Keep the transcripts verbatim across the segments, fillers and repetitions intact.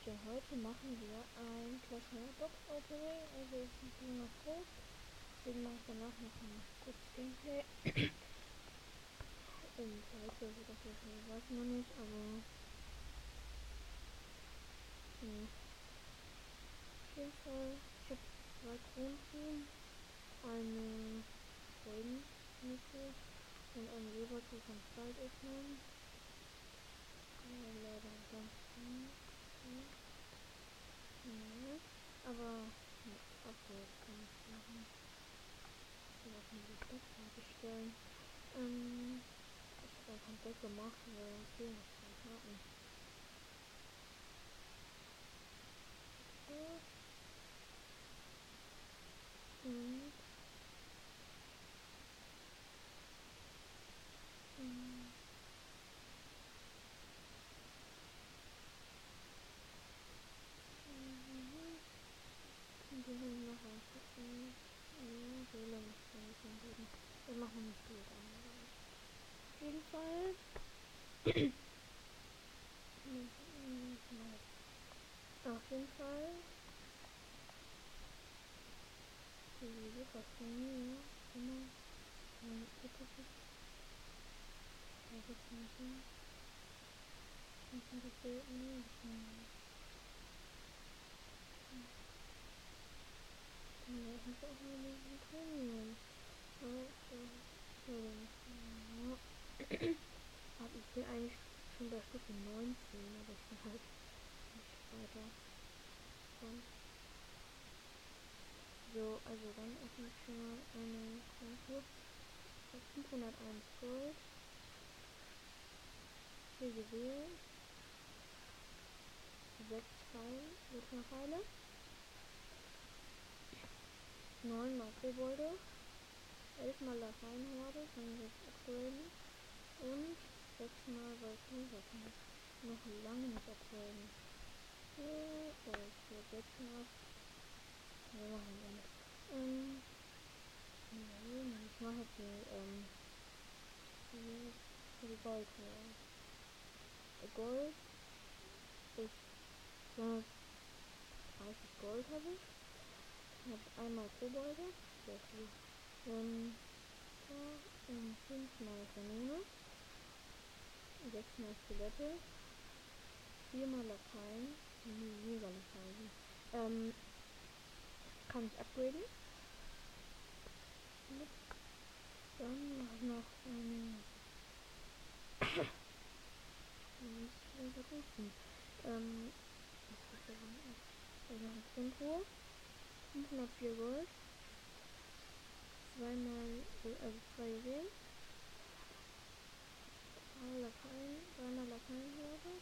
Leute, heute machen wir ein Clash Royale Box Opening. Also es ist nur noch groß. Deswegen mache ich danach noch ein kurzes Gameplay. Und falls ihr das jetzt weiß man nicht, aber ja. Auf jeden Fall, ich habe zwei Kronenkuchen, eine golden Kuh und eine Silberkuh von Spalt öffnen. Ja, leider ganz gut. Ja. Ja. Aber ja, Upgrade kann ich machen. Ich muss mir die Stadt fertigstellen. Ähm, ich habe auch komplett gemacht, aber fehlen noch zwei Karten. Gut. Und ähm, die haben noch reinpacken. Ja, so lange ist es nicht mehr geben. Wir machen nicht gut an. Auf jeden Fall. Auf jeden Fall. Die Lukas von mir. Immer. Mein Lukas. Das ist nicht so. Ich das Bild nicht. Ja, ich muss auch mal ein bisschen trainieren. Aber ich bin eigentlich schon bei Stufe neunzehn, aber ich bin halt nicht weiter von. So, also dann öffne ich schon mal eine Konto. fünfhunderteins Gold. vier Juwelen. sechs Pfeile, Pfeile. neun mal Kobolde. elf mal Lateinhorde, kann ich jetzt upgraden. Und sechs mal Valkyrie kann ich noch lange nicht upgraden. So, oh, ich will sechs mal. Wir machen wir nicht. Ähm, ja, ich mache jetzt die, ähm, die, die Gold hier. Gold ist zweihundertdreißig Gold habe ich. Ich habe einmal Kobolde, sehr viel. Ähm, ja, und fünfmal Kanone. sechsmal Skelette. viermal Latein. Mega Latein. Ähm, kann ich upgraden. Mit. Dann mache ich noch eine. Ich vergessen. Ähm, was ist das denn? Also eine Grundruhe. fünfhundertvier Gold. Zweimal, also zwei Juwelen. Drei Latein, dreimal Lateinhorde.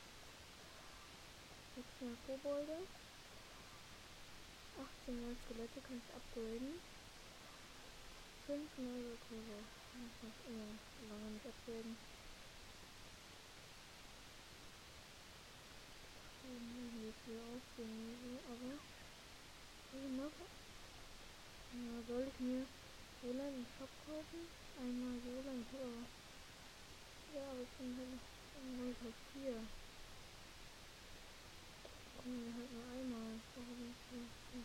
sechsmal Kobolde. achtzehn mal Skelette kann ich upgraden. fünfmal Valkyrie. Ich muss immer lange nicht upgraden. Wie viel aussehen, aber noch. Ja, soll ich mir Sola im Shop kaufen? Einmal Sola, ich habe aber. Ja, aber ich bin halt noch. Dann habe ich halt vier. Dann halt nur einmal. Warum nicht so? Ja.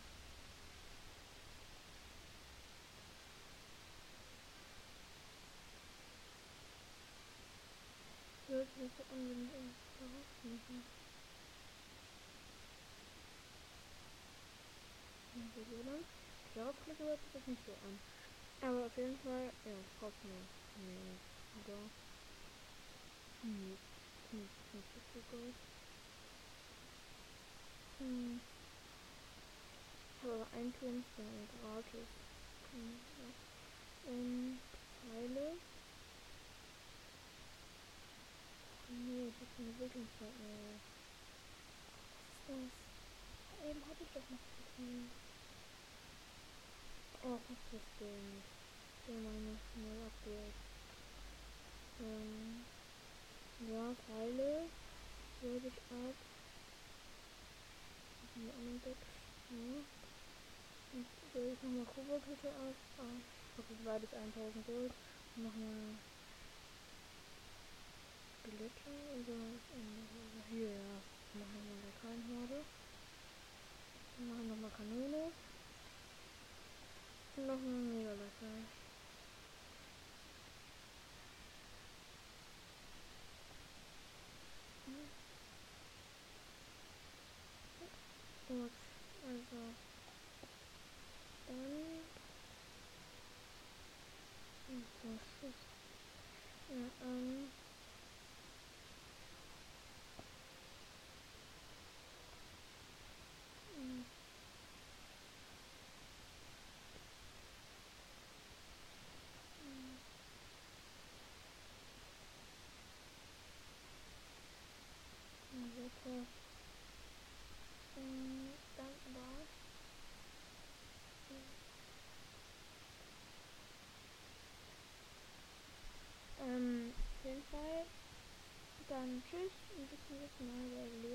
Hört sich so an, wenn ich irgendwas darauf mache. Also so lang. Daraufklicke hört sich das nicht so an. Aber auf jeden Fall, ja, ich kaufe mir. Nee, oder? Nee, nicht, nicht so viel Gold. Hm. Ich habe aber einen Tombstone gratis. Hm, ja. Ähm, Pfeile. Nee, ich habe keine Wirkungszeit mehr. Was ist das? Eben hatte ich doch noch so viel. Oh, was ist das denn? Ja, meine schnell Upgrade. Ähm, ja, Pfeile. Würde ich ab. Die anderen Decks. Ja. Und soll ich nochmal Koboldhütte ab? Ah, ich hoffe, beides tausend Gold. Und nochmal Skelette oder das andere. Also hier, ja. Machen wir mal kein So. Dann. Hm, was ist? Ja, ähm. hm, hm, hm, Wetter. Ähm, dann war's. Ähm, auf jeden Fall. Dann tschüss und bis zum nächsten Mal bei